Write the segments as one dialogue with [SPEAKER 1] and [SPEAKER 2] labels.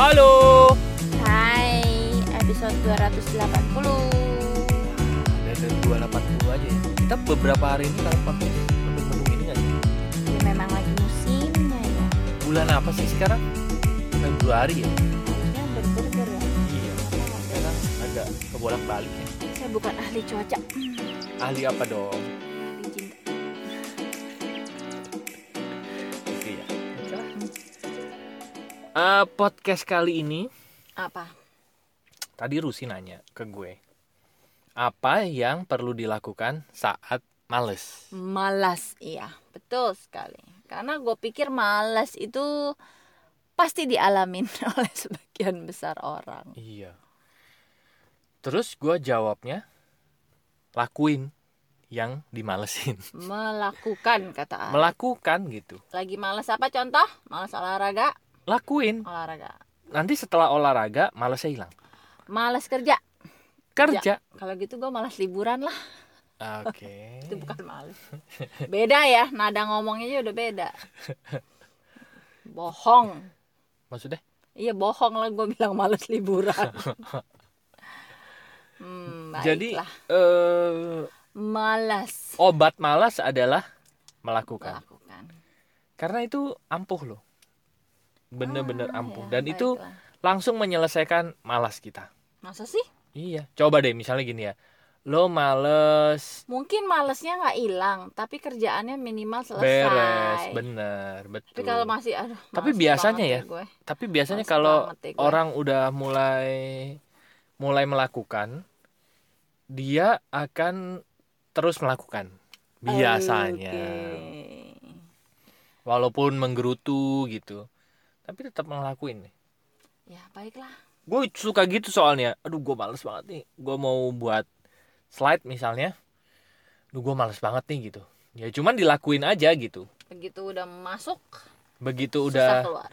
[SPEAKER 1] Halo.
[SPEAKER 2] Hai, episode 280.
[SPEAKER 1] Ada 280 aja ya. Kita beberapa hari ini kalau pakai mendung-mendung ini nggak sih?
[SPEAKER 2] Ya memang lagi musimnya ya.
[SPEAKER 1] Bulan apa sih sekarang? Februari ya?
[SPEAKER 2] Harusnya berber ya.
[SPEAKER 1] Iya. Sekarang agak kebolak-balik ya.
[SPEAKER 2] Saya bukan ahli cuaca.
[SPEAKER 1] Ahli apa dong?
[SPEAKER 2] Ahli cinta.
[SPEAKER 1] Oke ya. Podcast kali ini
[SPEAKER 2] Apa?
[SPEAKER 1] tadi Rusi nanya ke gue, apa yang perlu dilakukan saat males?
[SPEAKER 2] Malas, iya, betul sekali. Karena gue pikir malas itu pasti dialamin oleh sebagian besar orang.
[SPEAKER 1] Iya. Terus gue jawabnya, lakuin yang dimalesin.
[SPEAKER 2] Melakukan, kata Ari.
[SPEAKER 1] Melakukan gitu.
[SPEAKER 2] Lagi malas apa contoh? Malas olahraga?
[SPEAKER 1] Lakuin.
[SPEAKER 2] Olahraga.
[SPEAKER 1] Nanti setelah olahraga malesnya hilang.
[SPEAKER 2] Malas kerja?
[SPEAKER 1] Kerja.
[SPEAKER 2] Kalau gitu gue malas liburan lah.
[SPEAKER 1] Oke.
[SPEAKER 2] Itu bukan males. Beda ya, nada ngomongnya aja udah beda. Bohong.
[SPEAKER 1] Maksudnya?
[SPEAKER 2] Iya bohong lah gue bilang males liburan.
[SPEAKER 1] Jadi
[SPEAKER 2] Baiklah. Malas
[SPEAKER 1] obat malas adalah melakukan.
[SPEAKER 2] melakukan.
[SPEAKER 1] Karena itu ampuh loh. Bener-bener ampuh.
[SPEAKER 2] Ya,
[SPEAKER 1] Dan itu
[SPEAKER 2] baiklah.
[SPEAKER 1] langsung menyelesaikan malas kita.
[SPEAKER 2] Masa sih?
[SPEAKER 1] Iya. Coba deh misalnya gini ya. Lo males
[SPEAKER 2] Mungkin malesnya nggak hilang, tapi kerjaannya minimal selesai.
[SPEAKER 1] beres. Bener. Betul.
[SPEAKER 2] Tapi kalau masih aduh.
[SPEAKER 1] Tapi
[SPEAKER 2] males
[SPEAKER 1] biasanya
[SPEAKER 2] banget
[SPEAKER 1] ya.
[SPEAKER 2] gue.
[SPEAKER 1] Tapi biasanya
[SPEAKER 2] Males
[SPEAKER 1] kalau
[SPEAKER 2] banget deh gue.
[SPEAKER 1] orang udah mulai melakukan, dia akan terus melakukan. Biasanya.
[SPEAKER 2] Oke.
[SPEAKER 1] Walaupun menggerutu gitu. Tapi tetap ngelakuin nih.
[SPEAKER 2] Ya baiklah.
[SPEAKER 1] Gue suka gitu soalnya. Aduh gue males banget nih. Gue mau buat slide misalnya. Aduh gue males banget nih gitu. Ya cuman dilakuin aja gitu.
[SPEAKER 2] Begitu udah masuk,
[SPEAKER 1] Begitu
[SPEAKER 2] susah
[SPEAKER 1] udah
[SPEAKER 2] keluar.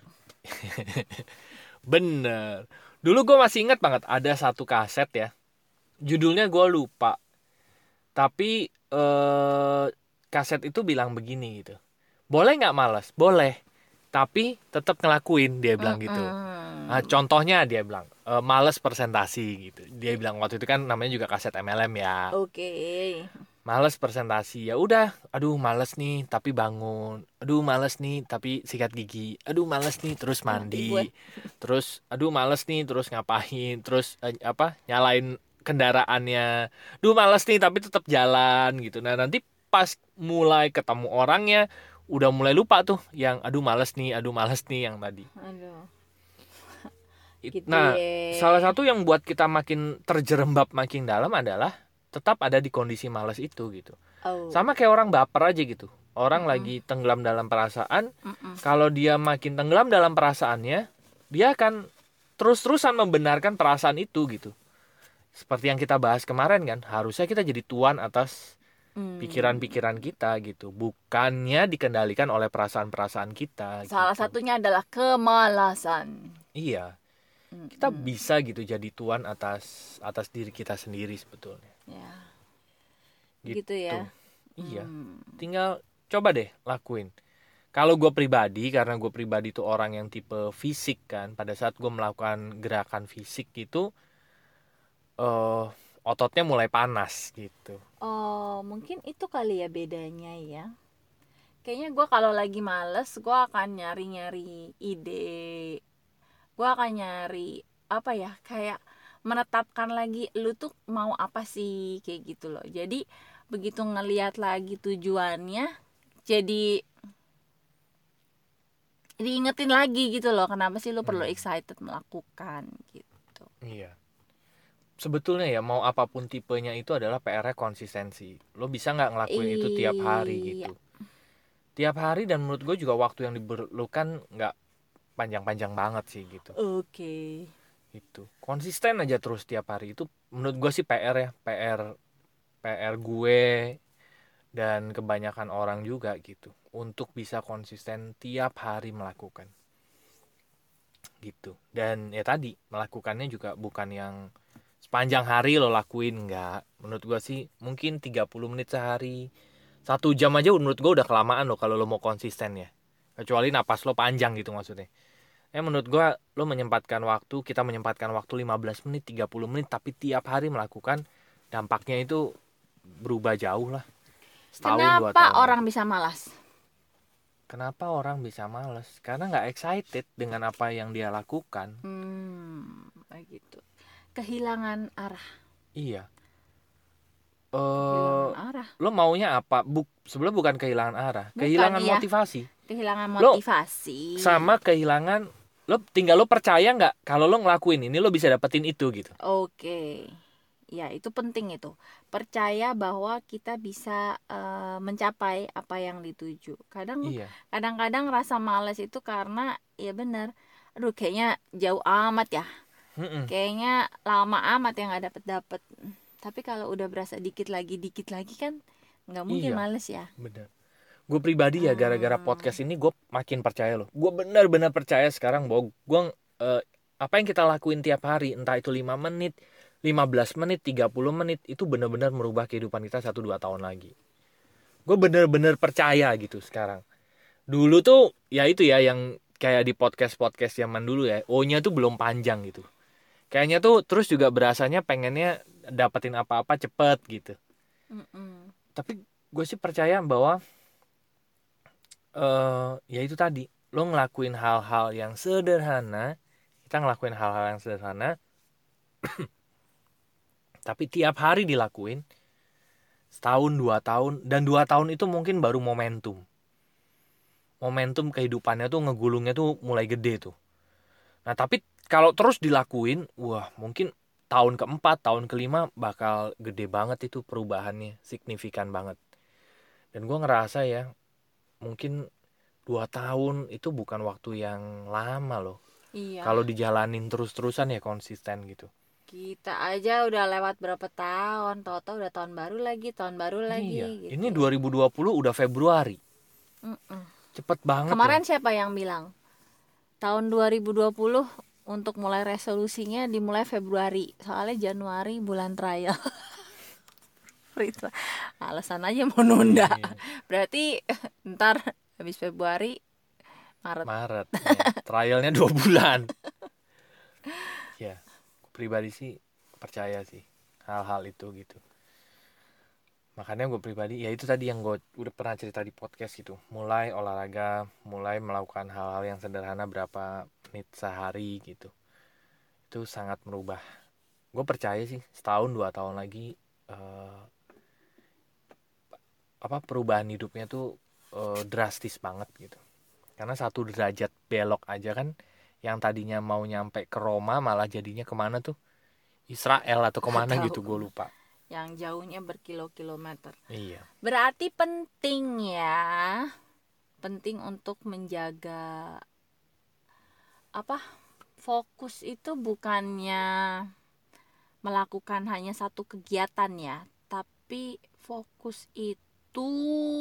[SPEAKER 1] bener. Dulu gue masih ingat banget ada satu kaset ya. Judulnya gue lupa. Tapi kaset itu bilang begini gitu. Boleh gak malas? Boleh. Tapi tetap ngelakuin, dia bilang gitu. Nah, contohnya dia bilang males presentasi gitu. Dia bilang waktu itu kan namanya juga kaset MLM ya.
[SPEAKER 2] Oke.
[SPEAKER 1] Males presentasi. Ya udah, aduh males nih tapi bangun. Aduh males nih tapi sikat gigi. Aduh males nih terus mandi. Terus aduh males nih terus ngapain? Terus nyalain kendaraannya. Aduh males nih tapi tetap jalan gitu. Nah, nanti pas mulai ketemu orangnya udah mulai lupa tuh yang aduh males nih yang tadi.
[SPEAKER 2] Aduh.
[SPEAKER 1] Nah,
[SPEAKER 2] ye.
[SPEAKER 1] salah satu yang buat kita makin terjerembab makin dalam adalah tetap ada di kondisi malas itu gitu.
[SPEAKER 2] Oh.
[SPEAKER 1] Sama kayak orang baper aja gitu. Orang lagi tenggelam dalam perasaan. Kalau dia makin tenggelam dalam perasaannya, dia akan terus-terusan membenarkan perasaan itu gitu. Seperti yang kita bahas kemarin kan, harusnya kita jadi tuan atas pikiran-pikiran kita gitu. Bukannya dikendalikan oleh perasaan-perasaan kita.
[SPEAKER 2] Salah
[SPEAKER 1] gitu.
[SPEAKER 2] satunya adalah kemalasan.
[SPEAKER 1] Iya. Kita bisa gitu jadi tuan atas diri kita sendiri sebetulnya.
[SPEAKER 2] Ya. Gitu ya.
[SPEAKER 1] Iya. Tinggal coba deh lakuin. Kalau gue pribadi, karena gue pribadi tuh orang yang tipe fisik kan, pada saat gue melakukan gerakan fisik gitu, ototnya mulai panas gitu.
[SPEAKER 2] Oh, mungkin itu kali ya bedanya ya. Kayaknya gue kalau lagi males, gue akan nyari-nyari ide. Gue akan nyari apa ya, kayak menetapkan lagi lu tuh mau apa sih, kayak gitu loh. Jadi begitu ngelihat lagi tujuannya, jadi diingetin lagi gitu loh, kenapa sih lu perlu excited melakukan gitu.
[SPEAKER 1] Iya. Sebetulnya ya mau apapun tipenya itu adalah PR-nya konsistensi. Lo bisa nggak ngelakuin itu tiap hari gitu. Tiap hari, dan menurut gue juga waktu yang diperlukan nggak panjang-panjang banget sih gitu.
[SPEAKER 2] Oke.
[SPEAKER 1] Gitu. Konsisten aja terus tiap hari itu menurut gue sih PR ya. PR gue dan kebanyakan orang juga gitu. Untuk bisa konsisten tiap hari melakukan. Gitu. Dan ya tadi melakukannya juga bukan yang sepanjang hari lo lakuin, enggak. Menurut gue sih mungkin 30 menit sehari, 1 jam aja menurut gue udah kelamaan lo kalau lo mau konsisten ya. Kecuali napas lo panjang gitu maksudnya. Menurut gue lo menyempatkan waktu, kita menyempatkan waktu 15 menit, 30 menit, tapi tiap hari melakukan, dampaknya itu berubah jauh lah. Setahun, 2
[SPEAKER 2] Kenapa
[SPEAKER 1] tahun
[SPEAKER 2] orang
[SPEAKER 1] lagi.
[SPEAKER 2] bisa malas?
[SPEAKER 1] Kenapa orang bisa malas? Karena nggak excited dengan apa yang dia lakukan.
[SPEAKER 2] Begitu. Kehilangan arah.
[SPEAKER 1] Iya.
[SPEAKER 2] Kehilangan arah.
[SPEAKER 1] Lo maunya apa? Sebenarnya bukan kehilangan arah,
[SPEAKER 2] Bukan,
[SPEAKER 1] kehilangan
[SPEAKER 2] iya.
[SPEAKER 1] motivasi.
[SPEAKER 2] Kehilangan
[SPEAKER 1] Lo
[SPEAKER 2] motivasi.
[SPEAKER 1] sama kehilangan, lo percaya nggak kalau lo ngelakuin ini lo bisa dapetin itu gitu.
[SPEAKER 2] Oke. Ya, itu penting itu. Percaya bahwa kita bisa mencapai apa yang dituju.
[SPEAKER 1] Iya.
[SPEAKER 2] Kadang-kadang rasa malas itu karena ya benar. Aduh, kayaknya jauh amat ya. Kayaknya lama amat yang nggak dapet. Tapi kalau udah berasa dikit lagi kan nggak mungkin
[SPEAKER 1] Iya,
[SPEAKER 2] males ya.
[SPEAKER 1] bener. Gue pribadi ya gara-gara podcast ini gue makin percaya loh. Gue benar-benar percaya sekarang bahwa gue apa yang kita lakuin tiap hari, entah itu 5 menit, 15 menit, 30 menit, itu benar-benar merubah kehidupan kita 1-2 tahun lagi. Gue benar-benar percaya gitu sekarang. Dulu tuh ya itu ya yang kayak di podcast-podcast zaman dulu ya, O-nya tuh belum panjang gitu. Kayaknya tuh terus juga berasanya pengennya dapetin apa-apa cepet gitu. Tapi gue sih percaya bahwa ya itu tadi, lo ngelakuin hal-hal yang sederhana, kita ngelakuin hal-hal yang sederhana, tapi tiap hari dilakuin, setahun 2 tahun, dan 2 tahun itu mungkin baru momentum kehidupannya tuh ngegulungnya tuh mulai gede tuh. Nah tapi kalau terus dilakuin, wah mungkin tahun keempat, tahun kelima bakal gede banget itu perubahannya, signifikan banget. Dan gue ngerasa ya, mungkin 2 tahun itu bukan waktu yang lama loh.
[SPEAKER 2] Iya.
[SPEAKER 1] Kalau dijalanin terus-terusan ya konsisten gitu.
[SPEAKER 2] Kita aja udah lewat berapa tahun, tahu-tahu udah tahun baru lagi
[SPEAKER 1] Iya,
[SPEAKER 2] gitu.
[SPEAKER 1] ini 2020 udah Februari. Cepet banget.
[SPEAKER 2] Kemarin
[SPEAKER 1] loh.
[SPEAKER 2] siapa yang bilang tahun 2020 untuk mulai resolusinya dimulai Februari, soalnya Januari bulan trial. Alasan aja mau nunda.
[SPEAKER 1] Iya.
[SPEAKER 2] Berarti ntar habis Februari
[SPEAKER 1] Maret ya. Trialnya 2 bulan. Ya, pribadi sih percaya sih hal-hal itu gitu. Makanya gue pribadi ya itu tadi yang gue udah pernah cerita di podcast gitu. Mulai olahraga, mulai melakukan hal-hal yang sederhana berapa menit sehari gitu. Itu sangat merubah. Gue percaya sih setahun 2 tahun lagi perubahan hidupnya tuh drastis banget gitu. Karena 1 derajat belok aja kan, yang tadinya mau nyampe ke Roma malah jadinya kemana tuh, Israel atau kemana gitu, gue lupa.
[SPEAKER 2] Yang jauhnya berkilo-kilometer.
[SPEAKER 1] Iya.
[SPEAKER 2] Berarti penting ya, penting untuk menjaga fokus itu bukannya melakukan hanya satu kegiatan ya, tapi fokus itu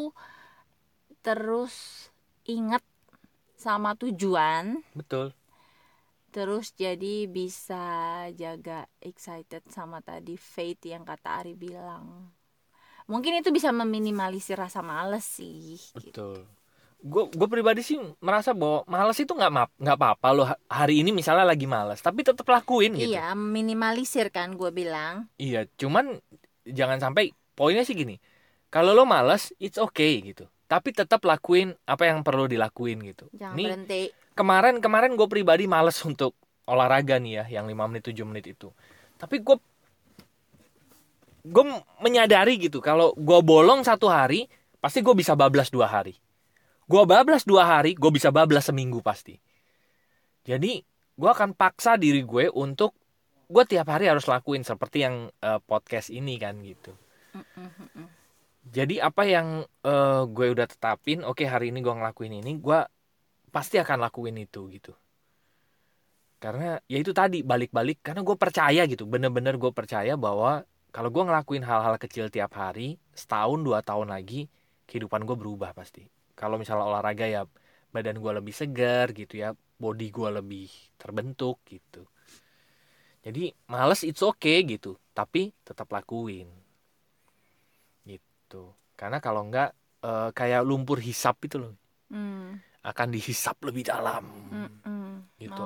[SPEAKER 2] terus ingat sama tujuan.
[SPEAKER 1] Betul.
[SPEAKER 2] Terus jadi bisa jaga excited sama tadi faith yang kata Ari bilang. Mungkin itu bisa meminimalisir rasa males sih.
[SPEAKER 1] Betul. Gue pribadi sih merasa bahwa malas itu nggak apa-apa loh. Hari ini misalnya lagi malas, tapi tetap lakuin gitu.
[SPEAKER 2] Iya, minimalisir kan gue bilang.
[SPEAKER 1] Iya, cuman jangan sampai, poinnya sih gini. Kalau lo malas, it's okay gitu. Tapi tetap lakuin apa yang perlu dilakuin gitu.
[SPEAKER 2] Jangan
[SPEAKER 1] Nih,
[SPEAKER 2] berhenti.
[SPEAKER 1] Kemarin gue pribadi males untuk olahraga nih ya, yang 5 menit 7 menit itu. Tapi gue menyadari gitu, kalau gue bolong 1 hari, pasti gue bisa bablas 2 hari. Gue bablas 2 hari, gue bisa bablas seminggu pasti. Jadi gue akan paksa diri gue untuk gue tiap hari harus lakuin seperti yang podcast ini kan gitu. Jadi apa yang gue udah tetapin, oke, hari ini gue ngelakuin ini, gue pasti akan lakuin itu gitu. Karena ya itu tadi, balik-balik, karena gue percaya gitu, bener-bener gue percaya bahwa kalau gue ngelakuin hal-hal kecil tiap hari, setahun 2 tahun lagi kehidupan gue berubah pasti. Kalau misalnya olahraga ya badan gue lebih segar gitu ya, body gue lebih terbentuk gitu. Jadi males it's okay gitu, tapi tetap lakuin gitu. Karena kalau enggak kayak lumpur hisap itu loh, akan dihisap lebih dalam. gitu.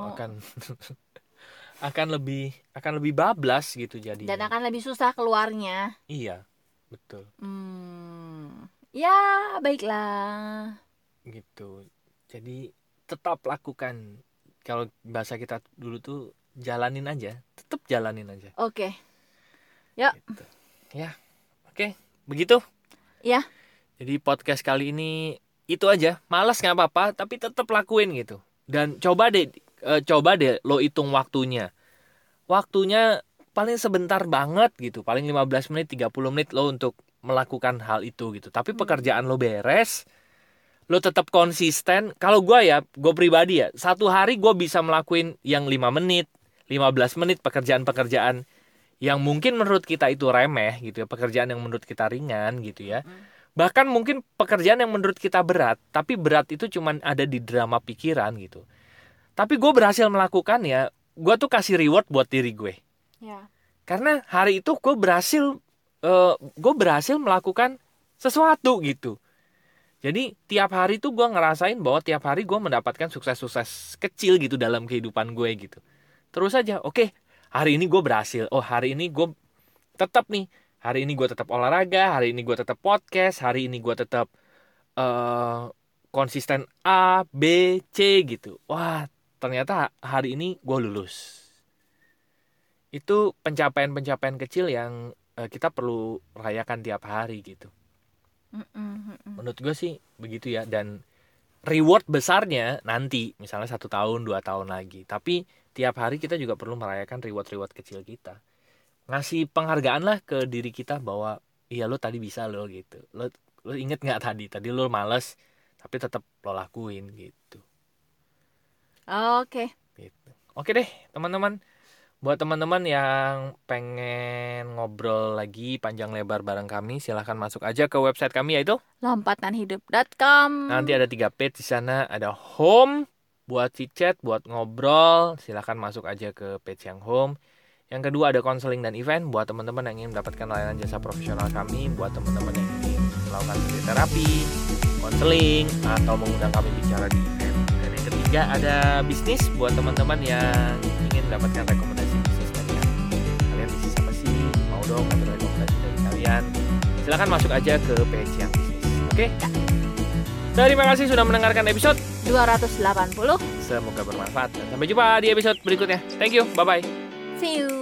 [SPEAKER 1] akan lebih bablas gitu jadinya.
[SPEAKER 2] Dan akan lebih susah keluarnya.
[SPEAKER 1] Iya, betul.
[SPEAKER 2] Ya, baiklah.
[SPEAKER 1] Gitu. Jadi tetap lakukan. Kalau bahasa kita dulu tuh jalanin aja, tetap jalanin aja.
[SPEAKER 2] Oke. Ya.
[SPEAKER 1] Gitu. Ya. Oke, begitu.
[SPEAKER 2] Ya.
[SPEAKER 1] Jadi podcast kali ini itu aja. Malas nggak apa-apa, tapi tetap lakuin gitu. Dan coba deh lo hitung waktunya. Waktunya paling sebentar banget gitu. Paling 15 menit, 30 menit lo untuk melakukan hal itu gitu. Tapi pekerjaan lo beres, lo tetap konsisten. Kalau gue pribadi ya, satu hari gue bisa melakuin yang 5 menit, 15 menit pekerjaan-pekerjaan yang mungkin menurut kita itu remeh gitu ya, pekerjaan yang menurut kita ringan gitu ya. Bahkan mungkin pekerjaan yang menurut kita berat, tapi berat itu cuman ada di drama pikiran gitu. Tapi gue berhasil melakukannya, gue tuh kasih reward buat diri gue.
[SPEAKER 2] Ya.
[SPEAKER 1] Karena hari itu gue berhasil melakukan sesuatu gitu. Jadi tiap hari tuh gue ngerasain bahwa tiap hari gue mendapatkan sukses-sukses kecil gitu dalam kehidupan gue gitu. Terus aja, oke, hari ini gue berhasil. Oh, hari ini gue tetap nih. Hari ini gue tetap olahraga, hari ini gue tetap podcast, hari ini gue tetap konsisten A, B, C gitu. Wah, ternyata hari ini gue lulus. Itu pencapaian-pencapaian kecil yang kita perlu rayakan tiap hari gitu. Menurut gue sih begitu ya. Dan reward besarnya nanti, misalnya 1 tahun, 2 tahun lagi. Tapi tiap hari kita juga perlu merayakan reward-reward kecil kita. Ngasih penghargaan lah ke diri kita bahwa iya lo tadi bisa lo gitu. Lo inget gak tadi lo males tapi tetap lo lakuin gitu.
[SPEAKER 2] Oke.
[SPEAKER 1] Gitu. Oke deh teman-teman. Buat teman-teman yang pengen ngobrol lagi panjang lebar bareng kami, silahkan masuk aja ke website kami yaitu
[SPEAKER 2] lompatanhidup.com.
[SPEAKER 1] Nanti ada 3 page di sana, ada home buat chat, buat ngobrol, silahkan masuk aja ke page yang home. Yang kedua ada konseling dan event buat teman-teman yang ingin mendapatkan layanan jasa profesional kami, buat teman-teman yang ingin melakukan terapi, konseling, atau mengundang kami bicara di event. Dan yang ketiga ada bisnis buat teman-teman yang ingin mendapatkan rekomendasi bisnis kalian. Kalian bisnis apa sih? Mau dong ada rekomendasi dari kalian? Silahkan masuk aja ke page yang bisnis. Oke? Terima kasih sudah mendengarkan episode
[SPEAKER 2] 280.
[SPEAKER 1] Semoga bermanfaat dan sampai jumpa di episode berikutnya. Thank you, bye-bye.
[SPEAKER 2] See you.